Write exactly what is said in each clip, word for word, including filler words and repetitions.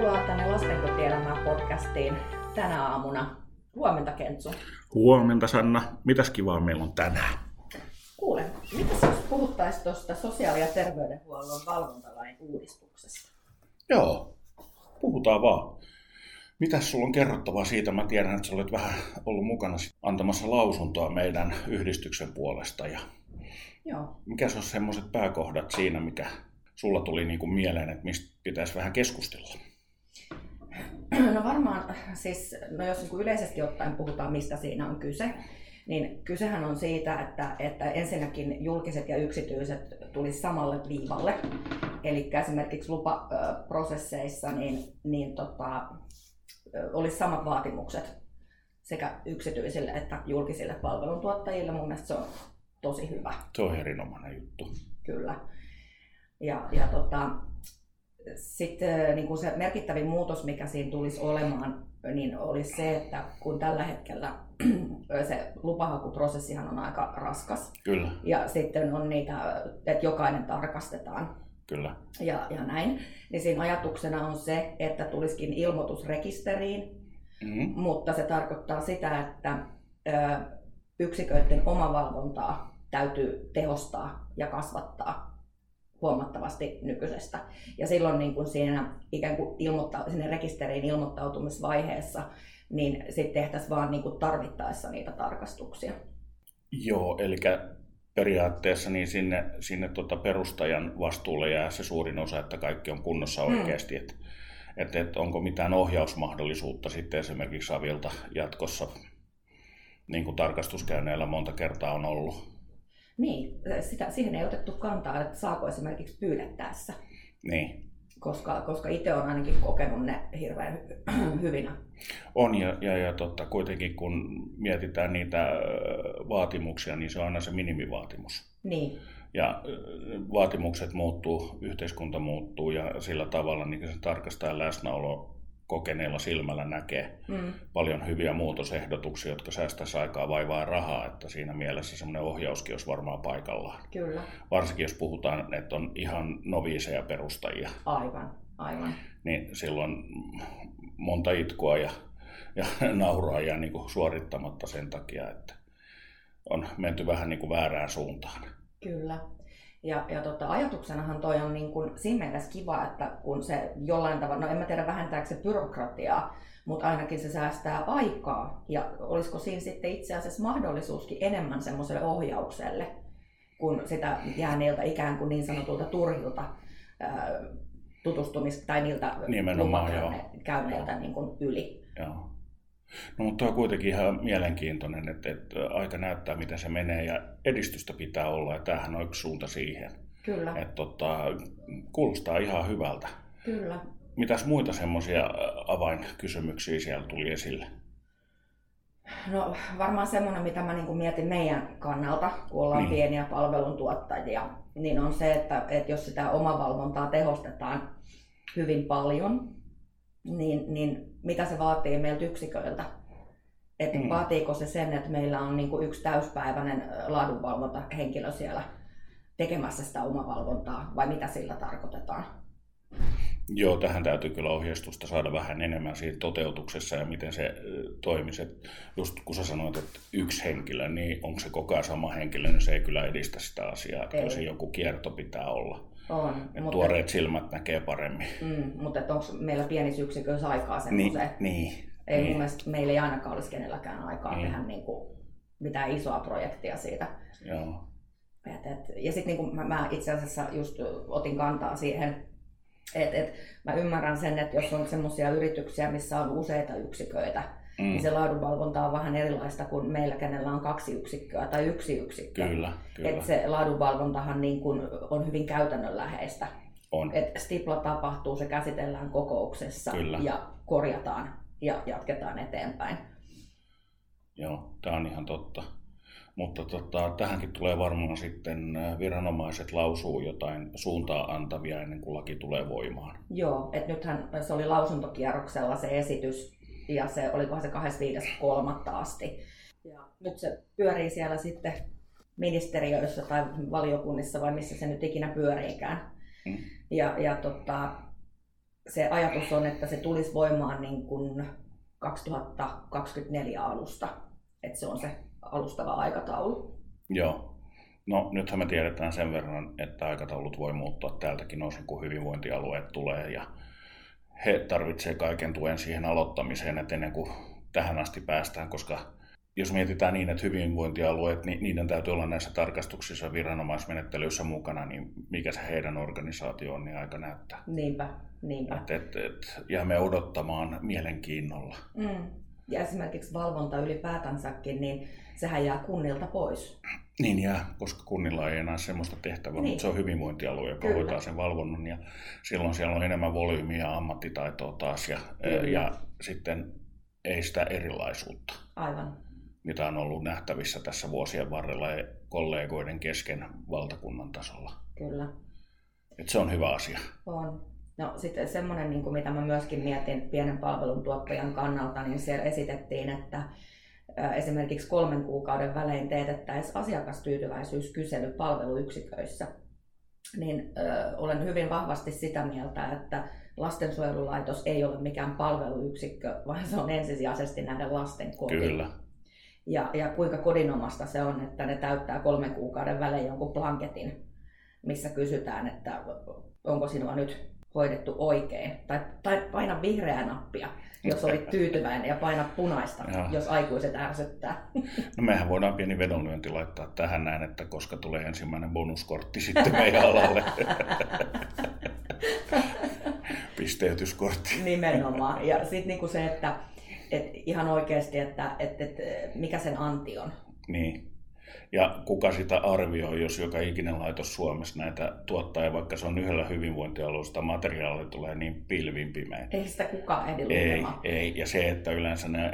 Tervetuloa tänne Lastenkotielämää podcastiin tänä aamuna. Huomenta, Kentsu. Huomenta, Sanna. Mitäs kivaa meillä on tänään? Kuule, mitäs jos puhuttaisiin tuosta sosiaali- ja terveydenhuollon valvontalain uudistuksesta? Joo, puhutaan vaan. Mitäs sulla on kerrottavaa siitä? Mä tiedän, että sä olet vähän ollut mukana antamassa lausuntoa meidän yhdistyksen puolesta. Ja Joo. mikä on semmoiset pääkohdat siinä, mikä sulla tuli niin kuin mieleen, että mistä pitäisi vähän keskustella? No varmaan, siis, no jos niin yleisesti ottaen puhutaan, mistä siinä on kyse, niin kysehän on siitä, että, että ensinnäkin julkiset ja yksityiset tulisi samalle viivalle. Eli esimerkiksi lupaprosesseissa niin, niin tota, olisi samat vaatimukset sekä yksityisille että julkisille palveluntuottajille. Mun mielestä se on tosi hyvä. Se on erinomainen juttu. Kyllä. Ja, ja tota, sitten niin kuin se merkittävin muutos, mikä siinä tulisi olemaan, niin olisi se, että kun tällä hetkellä se lupahakuprosessihan on aika raskas. Kyllä. Ja sitten on niitä, että jokainen tarkastetaan. Kyllä. Ja, ja näin. Niin siinä ajatuksena on se, että tulisikin ilmoitus rekisteriin, mm-hmm. mutta se tarkoittaa sitä, että ö, yksiköiden omavalvontaa täytyy tehostaa ja kasvattaa huomattavasti nykyisestä. Ja silloin niin kuin siinä ikään kuin ilmoitta- sinne rekisteriin ilmoittautumisvaiheessa, niin sitten tehtäisiin vaan niin kuin tarvittaessa niitä tarkastuksia. Joo, eli periaatteessa niin sinne, sinne tuota perustajan vastuulle jää se suurin osa, että kaikki on kunnossa oikeasti. Mm. Että et, et onko mitään ohjausmahdollisuutta sitten esimerkiksi Avilta jatkossa, niin kuin tarkastuskäynneillä monta kertaa on ollut? Niin, sitä, siihen ei otettu kantaa, että saako esimerkiksi pyydettäessä. Niin. Koska, koska itse olen ainakin kokenut ne hirveän hyvinä. On, ja, ja, ja totta, kuitenkin kun mietitään niitä vaatimuksia, niin se on aina se minimivaatimus. Niin. Ja vaatimukset muuttuu, yhteiskunta muuttuu, ja sillä tavalla niin se tarkastajan läsnäolo kokeneella silmällä näkee mm. paljon hyviä muutosehdotuksia, jotka säästäisi aikaa, vaivaa ja rahaa, että siinä mielessä semmoinen ohjauskin olisi varmaan paikallaan. Kyllä. Varsinkin jos puhutaan, että on ihan noviiseja perustajia. Aivan, aivan. Niin silloin monta itkua ja, ja nauraa jää niin kuin suorittamatta sen takia, että on menty vähän niin kuin väärään suuntaan. Kyllä. Ja, ja tota, ajatuksenahan toi on niin kuin siinä mielessä kiva, että kun se jollain tavalla, no en mä tiedä vähentääkö se byrokratiaa, mutta ainakin se säästää aikaa. Ja olisiko siinä sitten itse asiassa mahdollisuuskin enemmän semmoiselle ohjaukselle, kun sitä jää niiltä ikään kuin niin sanotulta turhilta ää, tutustumista tai niiltä lupakäynneiltä niin kuin yli. Joo. No, mutta on kuitenkin ihan mielenkiintoinen, että, että aika näyttää, miten se menee, ja edistystä pitää olla, ja tämähän on yksi suunta siihen. Kyllä. Että, tota, kuulostaa ihan hyvältä. Kyllä. Mitäs muita semmoisia avainkysymyksiä siellä tuli esille? No varmaan semmoinen, mitä mä niin kuin mietin meidän kannalta, kun ollaan niin. pieniä palveluntuottajia, niin on se, että, että jos sitä omavalvontaa tehostetaan hyvin paljon, Niin, niin mitä se vaatii meiltä yksiköiltä? Että mm. vaatiiko se sen, että meillä on niin kuin yksi täyspäiväinen laadunvalvontahenkilö siellä tekemässä sitä omavalvontaa, vai mitä sillä tarkoitetaan? Joo, tähän täytyy kyllä ohjeistusta saada vähän enemmän siinä toteutuksessa ja miten se toimisi. Just kun sä sanoit, että yksi henkilö, niin onko se koko ajan sama henkilö, niin se ei kyllä edistä sitä asiaa. Että se joku kierto pitää olla. On, mutta tuoreet silmät näkee paremmin. Mm, mutta onko meillä pienissä yksiköissä aikaa semmoiseen? Niin, niin, ei niin. Mun mielestä meillä ei ainakaan olisi kenelläkään aikaa niin. tehdä niin kuin mitään isoa projektia siitä. Joo. Et, et, ja sitten niin mä, mä itse asiassa just otin kantaa siihen, että et, mä ymmärrän sen, että jos on semmoisia yrityksiä, missä on useita yksiköitä, mm. niin se laadunvalvonta on vähän erilaista kuin meillä, kenellä on kaksi yksikköä tai yksi yksikkö. Kyllä, kyllä. Et se laadunvalvontahan niin kun on hyvin käytännönläheistä. On. Et stipla tapahtuu, se käsitellään kokouksessa kyllä. ja korjataan ja jatketaan eteenpäin. Joo, tämä on ihan totta. Mutta tota, tähänkin tulee varmaan sitten viranomaiset lausuu jotain suuntaa antavia ennen kuin laki tulee voimaan. Joo, että nythän se oli lausuntokierroksella se esitys ja se olikohan se kahdeskymmenesviides kolmatta asti. Ja nyt se pyörii siellä sitten ministeriöissä tai valiokunnissa vai missä se nyt ikinä pyöriikään. Mm. Ja, ja tota, se ajatus on, että se tulisi voimaan niin kuin kaksituhattakaksikymmentäneljä alusta, että se on se alustava aikataulu. Joo. No nythän me tiedetään sen verran, että aikataulut voi muuttua täältäkin osin, kun hyvinvointialueet tulee ja he tarvitsevat kaiken tuen siihen aloittamiseen, että ennen kuin tähän asti päästään, koska jos mietitään niin, että hyvinvointialueet, niin niiden täytyy olla näissä tarkastuksissa ja viranomaismenettelyissä mukana, niin mikä se heidän organisaatio on, niin aika näyttää. Niinpä, niinpä. Et, et, et, jäämme odottamaan mielenkiinnolla. Mm. Ja esimerkiksi valvonta ylipäätänsäkin, niin sehän jää kunnilta pois. Niin jää, koska kunnilla ei enää semmoista tehtävää, niin. Mutta se on hyvinvointialue, joka Kyllä. hoitaa sen valvonnan ja silloin siellä on enemmän volyymiä ja ammattitaitoa taas ja, ja sitten ei sitä erilaisuutta. Aivan. Mitä on ollut nähtävissä tässä vuosien varrella ja kollegoiden kesken valtakunnan tasolla. Kyllä. Et se on hyvä asia. On. No sitten semmoinen, niin kuin mitä mä myöskin mietin pienen palveluntuottajan kannalta, niin siellä esitettiin, että esimerkiksi kolmen kuukauden välein teetettäisiin asiakastyytyväisyyskysely palveluyksiköissä. Niin ö, olen hyvin vahvasti sitä mieltä, että lastensuojelulaitos ei ole mikään palveluyksikkö, vaan se on ensisijaisesti näiden lasten koti. Kyllä. Ja, ja kuinka kodinomasta se on, että ne täyttää kolmen kuukauden välein jonkun blanketin, missä kysytään, että onko sinua nyt hoidettu oikein. Tai, tai paina vihreää nappia, jos olit tyytyväinen, ja paina punaista, ja. jos aikuiset ärsyttää. No mehän voidaan pieni vedonlyönti laittaa tähän näin, että koska tulee ensimmäinen bonuskortti sitten meidän alalle. Pisteytyskortti. Nimenomaan. Ja sitten niinku se, että et ihan oikeasti, että et, et, mikä sen anti on. Niin. Ja kuka sitä arvioi, jos joka ikinen laitos Suomessa näitä tuottaa, ja vaikka se on yhdellä hyvinvointialueella, materiaalia tulee niin pilvin pimein. Ei sitä kukaan ehdi lukemaan. Ei, ei. Ja se, että yleensä ne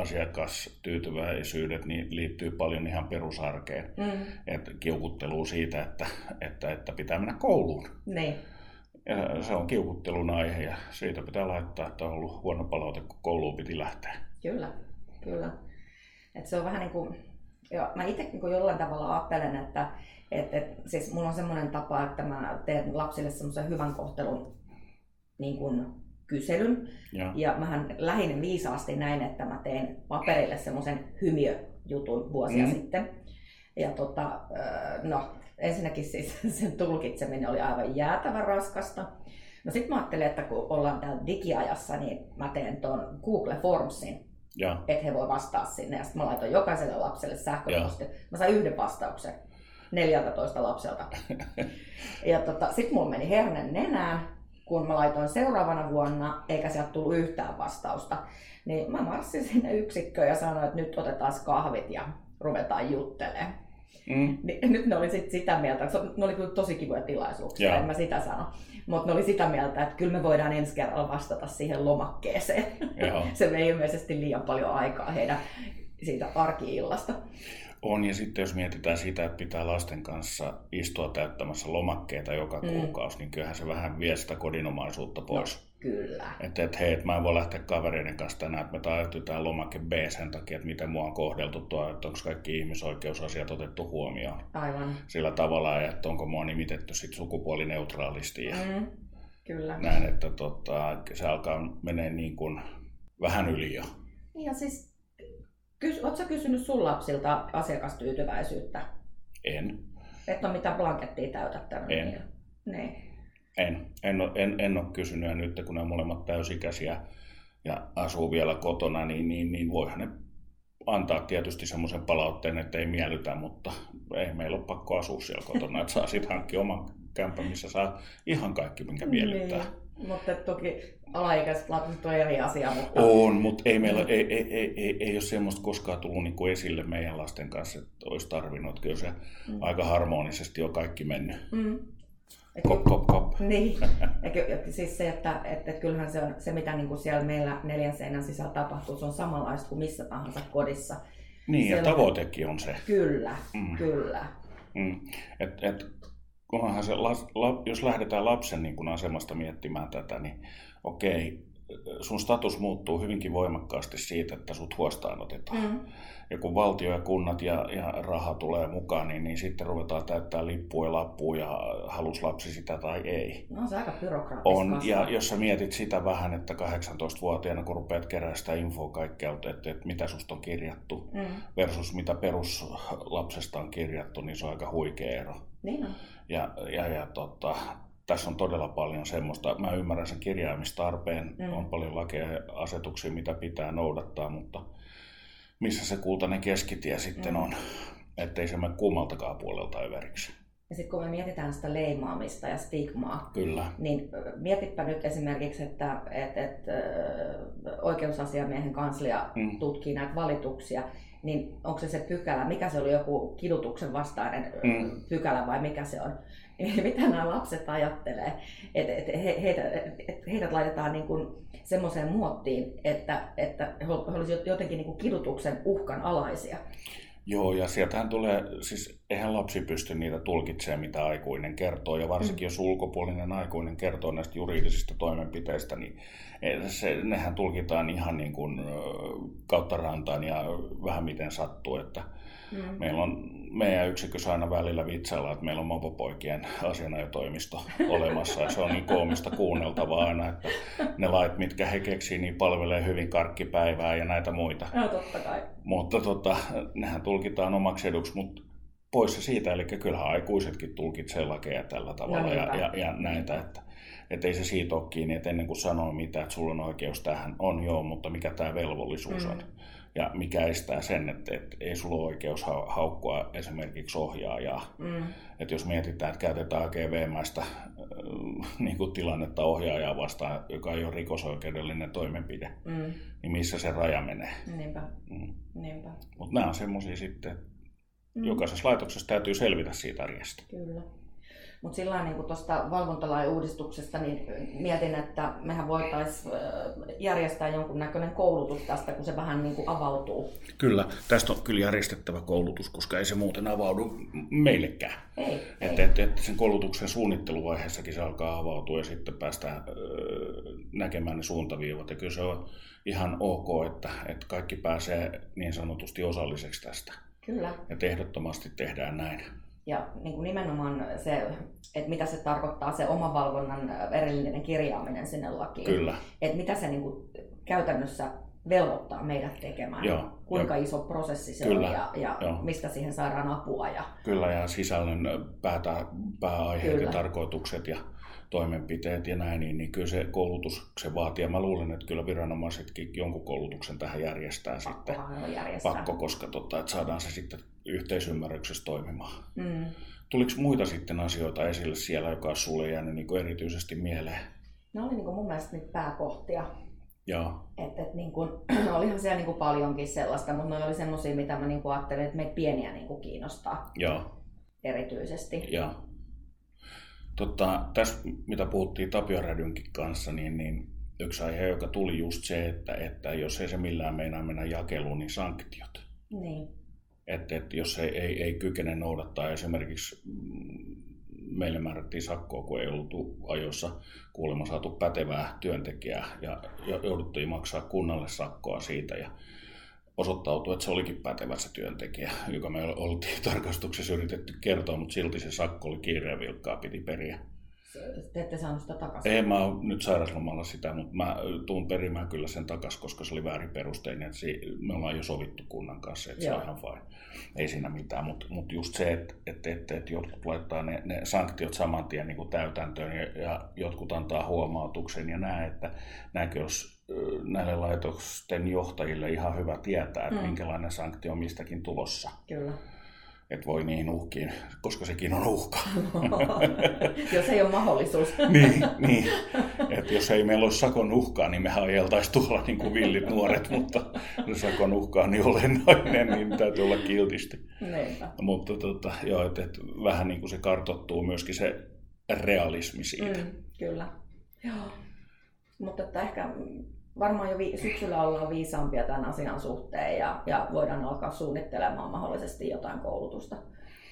asiakastyytyväisyydet niin liittyy paljon ihan perusarkeen. Mm. Että kiukuttelua siitä, että, että, että pitää mennä kouluun. Niin. Ja se on kiukuttelun aihe ja siitä pitää laittaa, että on ollut huono palaute, kun kouluun piti lähteä. Kyllä, kyllä. Et se on vähän niin kuin, jo, mä itse niin jollain tavalla ajattelen, että et, et, siis mulla on semmoinen tapa, että mä teen lapsille semmoisen hyvän kohtelun niin kuin kyselyn. Ja, ja mähän lähinnä viisaasti näin, että mä tein paperille semmoisen hymiöjutun vuosia mm. sitten. Ja tota, no... Ensinnäkin siis sen tulkitseminen oli aivan jäätävän raskasta. No sit mä ajattelin, että kun ollaan täällä digiajassa, niin mä teen ton Google Formsin, että he voi vastaa sinne. Ja sit mä laitoin jokaiselle lapselle sähköpostin. Mä sain yhden vastauksen neljältätoista lapselta. Ja tota, sit mulla meni herne nenään, kun mä laitoin seuraavana vuonna, eikä sieltä tullut yhtään vastausta. Niin mä marssin sinne yksikköön ja sanoin, että nyt otetaan kahvit ja ruvetaan juttelemaan. Mm. Nyt ne oli sit sitä mieltä, ne oli kyllä tosi kivoja tilaisuuksia, Joo. en mä sitä sano, mutta ne oli sitä mieltä, että kyllä me voidaan ensi kerralla vastata siihen lomakkeeseen. Se vei ilmeisesti liian paljon aikaa heidän siitä arki-illasta. On, ja sitten jos mietitään sitä, että pitää lasten kanssa istua täyttämässä lomakkeita joka mm. kuukausi, niin kyllähän se vähän vie sitä kodinomaisuutta pois. No, kyllä. Että et, hei, et mä en voi lähteä kavereiden kanssa tänään, että me täytetään lomake B sen takia, että miten mua on kohdeltu tuo, että onko kaikki ihmisoikeusasiat otettu huomioon. Aivan. Sillä tavalla, että onko mua nimitetty sit sukupuolineutraalisti. Ja mm. Kyllä. Näin, että tota, se alkaa menee niin kuin vähän yli jo. Ja siis... Oletko sä kysynyt sun lapsilta asiakastyytyväisyyttä? En. Et ole mitään blankettia täytättänyt? En. Niin. En. En, ole, en, en ole kysynyt, ja nyt kun ne on molemmat täysikäisiä ja asuu vielä kotona, niin, niin, niin voihan ne antaa tietysti semmoisen palautteen, että ei miellytä, mutta ei meillä ole pakko asua siellä kotona, että saa sitten hankkia oman kämpän, missä saa ihan kaikki, minkä miellyttää. Niin. Mutta toki alaikäiset lapset on eri asia. Mutta... On, mutta ei, meillä, ei, ei, ei, ei, ei ole semmoista koskaan tullut niin kuin esille meidän lasten kanssa, että olisi tarvinnut. Kyllä se mm. aika harmonisesti on kaikki mennyt. Mm. Kop, kop, kop. Niin, ja siis se, että, että kyllähän se on se, mitä niin kuin siellä meillä neljän seinän sisällä tapahtuu, se on samanlaista kuin missä tahansa kodissa. Niin, siellä... ja tavoitekin on se. Kyllä, mm. kyllä. Mm. Et, et, kunhan se, la, la, jos lähdetään lapsen niin kun asemasta miettimään tätä, niin okei, sun status muuttuu hyvinkin voimakkaasti siitä, että sut huostaanotetaan. Mm. Ja kun valtio ja kunnat ja, ja raha tulee mukaan, niin, niin sitten ruvetaan täyttää lippuja ja lappuja, ja halus lapsi sitä tai ei. No se aika byrokraattista. On, ja jos sä mietit sitä vähän, että kahdeksantoistavuotiaana, kun rupeat kerää sitä infoa kaikkealta, että, että mitä susta on kirjattu mm. versus mitä peruslapsesta on kirjattu, niin se on aika huikea ero. Niin on. Ja, ja, ja tota, tässä on todella paljon semmoista, mä ymmärrän sen kirjaamistarpeen, mm. on paljon lakeja ja asetuksia, mitä pitää noudattaa, mutta missä se kultainen keskitie sitten mm. on, ettei se mene kummaltakaan puolelta överiksi. Ja sitten kun me mietitään sitä leimaamista ja stigmaa, Kyllä. niin mietipä nyt esimerkiksi, että et, et, oikeusasiamiehen kanslia mm. tutkii näitä valituksia, niin onko se se pykälä, mikä se oli, joku kidutuksen vastainen mm. pykälä vai mikä se on? Mitä nämä lapset ajattelee, että et he, heitä, et heidät laitetaan niin kuin semmoiseen muottiin, että, että he olisivat jotenkin niin kuin kidutuksen uhkan alaisia. Joo, ja sieltähän tulee, siis eihän lapsi pysty niitä tulkitsemaan, mitä aikuinen kertoo, ja varsinkin mm. jos ulkopuolinen aikuinen kertoo näistä juridisista toimenpiteistä, niin se, nehän tulkitaan ihan niin kuin kautta rantaan ja vähän miten sattuu, että mm. meillä on meidän yksikössä aina välillä vitsailla, että meillä on mopopoikien asianajotoimisto olemassa, ja se on niin koomista kuunneltavaa aina, että ne lait, mitkä he keksii, niin palvelee hyvin karkkipäivää ja näitä muita. No totta kai. Mutta tota, nehän tulkitaan omaksi eduksi, mutta pois se siitä, eli kyllähän aikuisetkin tulkitsee lakeja tällä tavalla no ja, ja, ja näitä, että et ei se siitä ole kiinni, että ennen kuin sanoo mitä, että sulla on oikeus tähän, on joo, mutta mikä tämä velvollisuus mm. on. Ja mikä estää sen, että, että ei sulla ole oikeus haukkua esimerkiksi ohjaajaa. Mm. Että jos mietitään, että käytetään A G V-mäistä äh, niin kuin tilannetta ohjaajaa vastaan, joka ei ole rikosoikeudellinen toimenpide, mm. niin missä se raja menee. Niinpä. Mm. Niinpä. Mutta nämä on semmoisia sitten, että mm. jokaisessa laitoksessa täytyy selvitä siitä arjesta. Kyllä. Mutta sillä niin tuosta valvontalain uudistuksesta niin mietin, että mehän voitaisiin järjestää jonkunnäköinen koulutus tästä, kun se vähän niin kuin avautuu. Kyllä, tästä on kyllä järjestettävä koulutus, koska ei se muuten avaudu meillekään. Ei, että et, et sen koulutuksen suunnitteluvaiheessakin se alkaa avautua ja sitten päästään näkemään ne suuntaviivat. Ja kyllä se on ihan ok, että, että kaikki pääsee niin sanotusti osalliseksi tästä. Kyllä. Ja ehdottomasti tehdään näin. Ja niin kuin nimenomaan se, että mitä se tarkoittaa, se omavalvonnan erillinen kirjaaminen sinne lakiin. Kyllä. Että mitä se niin kuin käytännössä velvoittaa meidät tekemään. Joo, kuinka jo. iso prosessi se Kyllä, on ja, ja mistä siihen saadaan apua. Ja... Kyllä, ja sisällön päätä, pääaiheet kyllä. ja tarkoitukset ja toimenpiteet ja näin, niin, niin kyllä se koulutus se vaatii. Ja mä luulen, että kyllä viranomaisetkin jonkun koulutuksen tähän järjestää sitten. Järjestää. Pakko, koska tota, että saadaan se sitten yhteisymmärryksessä toimimaan. Mm. Tuliko muita sitten asioita esille siellä, joka on sulle jäänyt niin kuin erityisesti mieleen? Ne oli niin kuin mun mielestä niitä pääkohtia. Joo. Et, et niin kun, olihan siellä niin kuin paljonkin sellaista, mutta ne oli semmoisia, mitä mä niin kuin ajattelin, että meitä pieniä niin kuin kiinnostaa. Joo. Erityisesti. Joo. Totta, tässä, mitä puhuttiin Tapio Rädynkin kanssa, niin, niin yksi aihe, joka tuli just se, että, että jos ei se millään meinaa mennä jakeluun, niin sanktiot. Niin. Että et jos ei, ei, ei kykene noudattaa, esimerkiksi meille määrättiin sakkoa, kun ei ollut ajoissa kuulemma saatu pätevää työntekijää ja jouduttiin maksaa kunnalle sakkoa siitä ja osoittautui, että se olikin pätevä se työntekijä, joka me oltiin tarkastuksessa yritetty kertoa, mutta silti se sakko oli kiireen vilkkaa, piti periä. Te ette saanut sitä takaisin? Ei, mä oon nyt sairauslomalla sitä, mutta mä tuun perimään kyllä sen takaisin, koska se oli väärin perusteinen. Me ollaan jo sovittu kunnan kanssa, että Joo. se on ihan fine. Ei siinä mitään, mutta mut just se, että et, et, et jotkut laittaa ne, ne sanktiot saman tien niin kuin täytäntöön ja, ja jotkut antaa huomautuksen ja näin, että näkö olisi näille laitosten johtajille ihan hyvä tietää, että mm. minkälainen sanktio on mistäkin tulossa. Kyllä. Että voi niihin uhkiin, koska sekin on uhka. Jos ei ole mahdollisuus. niin, niin. Että jos ei meillä olisi sakon uhkaa, niin mehän ajeltaisiin tuolla niin kuin villit nuoret, mutta jos sakon uhka on niin olennainen, niin täytyy olla kiltisti. Neipä. Mutta tota, joo, että et vähän niin kuin se kartoittuu myöskin se realismi siitä. Mm, kyllä. Joo. Mutta että ehkä varmaan jo vi- syksyllä ollaan viisaampia tämän asian suhteen ja, ja voidaan alkaa suunnittelemaan mahdollisesti jotain koulutusta.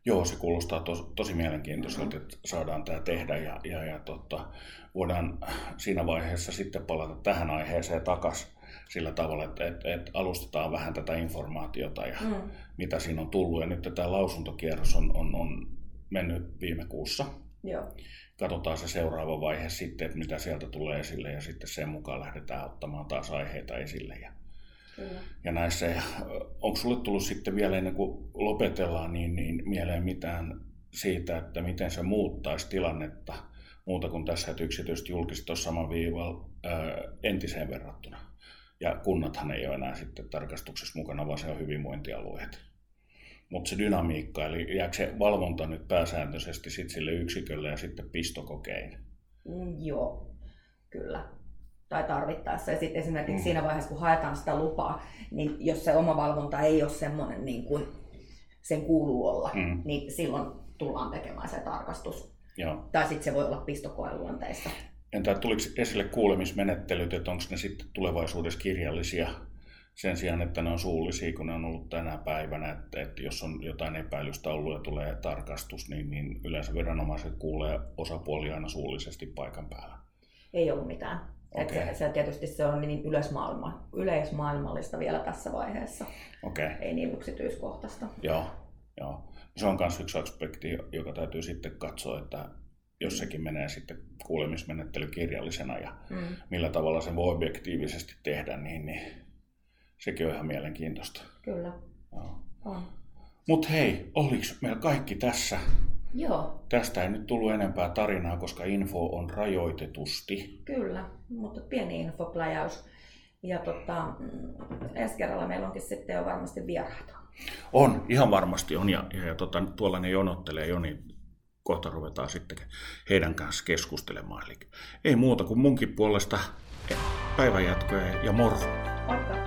Joo, se kuulostaa tos, tosi mielenkiintoiselta, että saadaan tämä tehdä ja, ja, ja tota, voidaan siinä vaiheessa sitten palata tähän aiheeseen takaisin sillä tavalla, että, että, että alustetaan vähän tätä informaatiota ja mm. mitä siinä on tullut. Ja nyt tämä lausuntokierros on, on, on mennyt viime kuussa. Joo. Katsotaan se seuraava vaihe sitten, että mitä sieltä tulee esille ja sitten sen mukaan lähdetään ottamaan taas aiheita esille. Ja, Kyllä. ja näissä, ja onko sulle tullut sitten vielä ennen kuin lopetellaan, niin, niin mieleen mitään siitä, että miten se muuttaisi tilannetta muuta kuin tässä, että yksityiset julkiset on saman viivalla ää, entiseen verrattuna. Ja kunnathan ei ole enää sitten tarkastuksessa mukana, vaan se on hyvinvointialueet. Mutta se dynamiikka, eli jääkö se valvonta nyt pääsääntöisesti sit sille yksikölle ja sitten pistokokein? Mm, joo, kyllä. Tai tarvittaessa. Ja sitten esimerkiksi mm. siinä vaiheessa, kun haetaan sitä lupaa, niin jos se oma valvonta ei ole semmoinen niin kuin sen kuuluu olla, mm. niin silloin tullaan tekemään se tarkastus. Joo. Tai sitten se voi olla pistokoeluonteista. Entä tuliko esille kuulemismenettelyt, että onko ne sitten tulevaisuudessa kirjallisia sen sijaan, että ne on suullisia, kun ne on ollut tänä päivänä, että, että jos on jotain epäilystä ollut ja tulee tarkastus, niin, niin yleensä viranomaiset kuulee osapuolia aina suullisesti paikan päällä. Ei ollut mitään. Okay. Se, se tietysti se on niin yleismaailma, yleismaailmallista vielä tässä vaiheessa. Okay. Ei niin yksityiskohtaista. Joo, joo. Se on myös yksi aspekti, joka täytyy sitten katsoa, että jos sekin menee sitten kuulemismenettely kirjallisena ja mm. millä tavalla se voi objektiivisesti tehdä, niin, niin sekin on ihan mielenkiintoista. Kyllä, Joo. on. Mut hei, oliko meillä kaikki tässä? Joo. Tästä ei nyt tullut enempää tarinaa, koska info on rajoitetusti. Kyllä, mutta pieni infopläjäys. Ja tota, ensi kerralla meillä onkin sitten jo varmasti vieraita. On, ihan varmasti on. Ja, ja, ja tota, tuolla ne jonottelee jo, niin kohta ruvetaan sitten heidän kanssa keskustelemaan. Eli ei muuta kuin munkin puolesta päivänjatkoja ja moro. Moikka.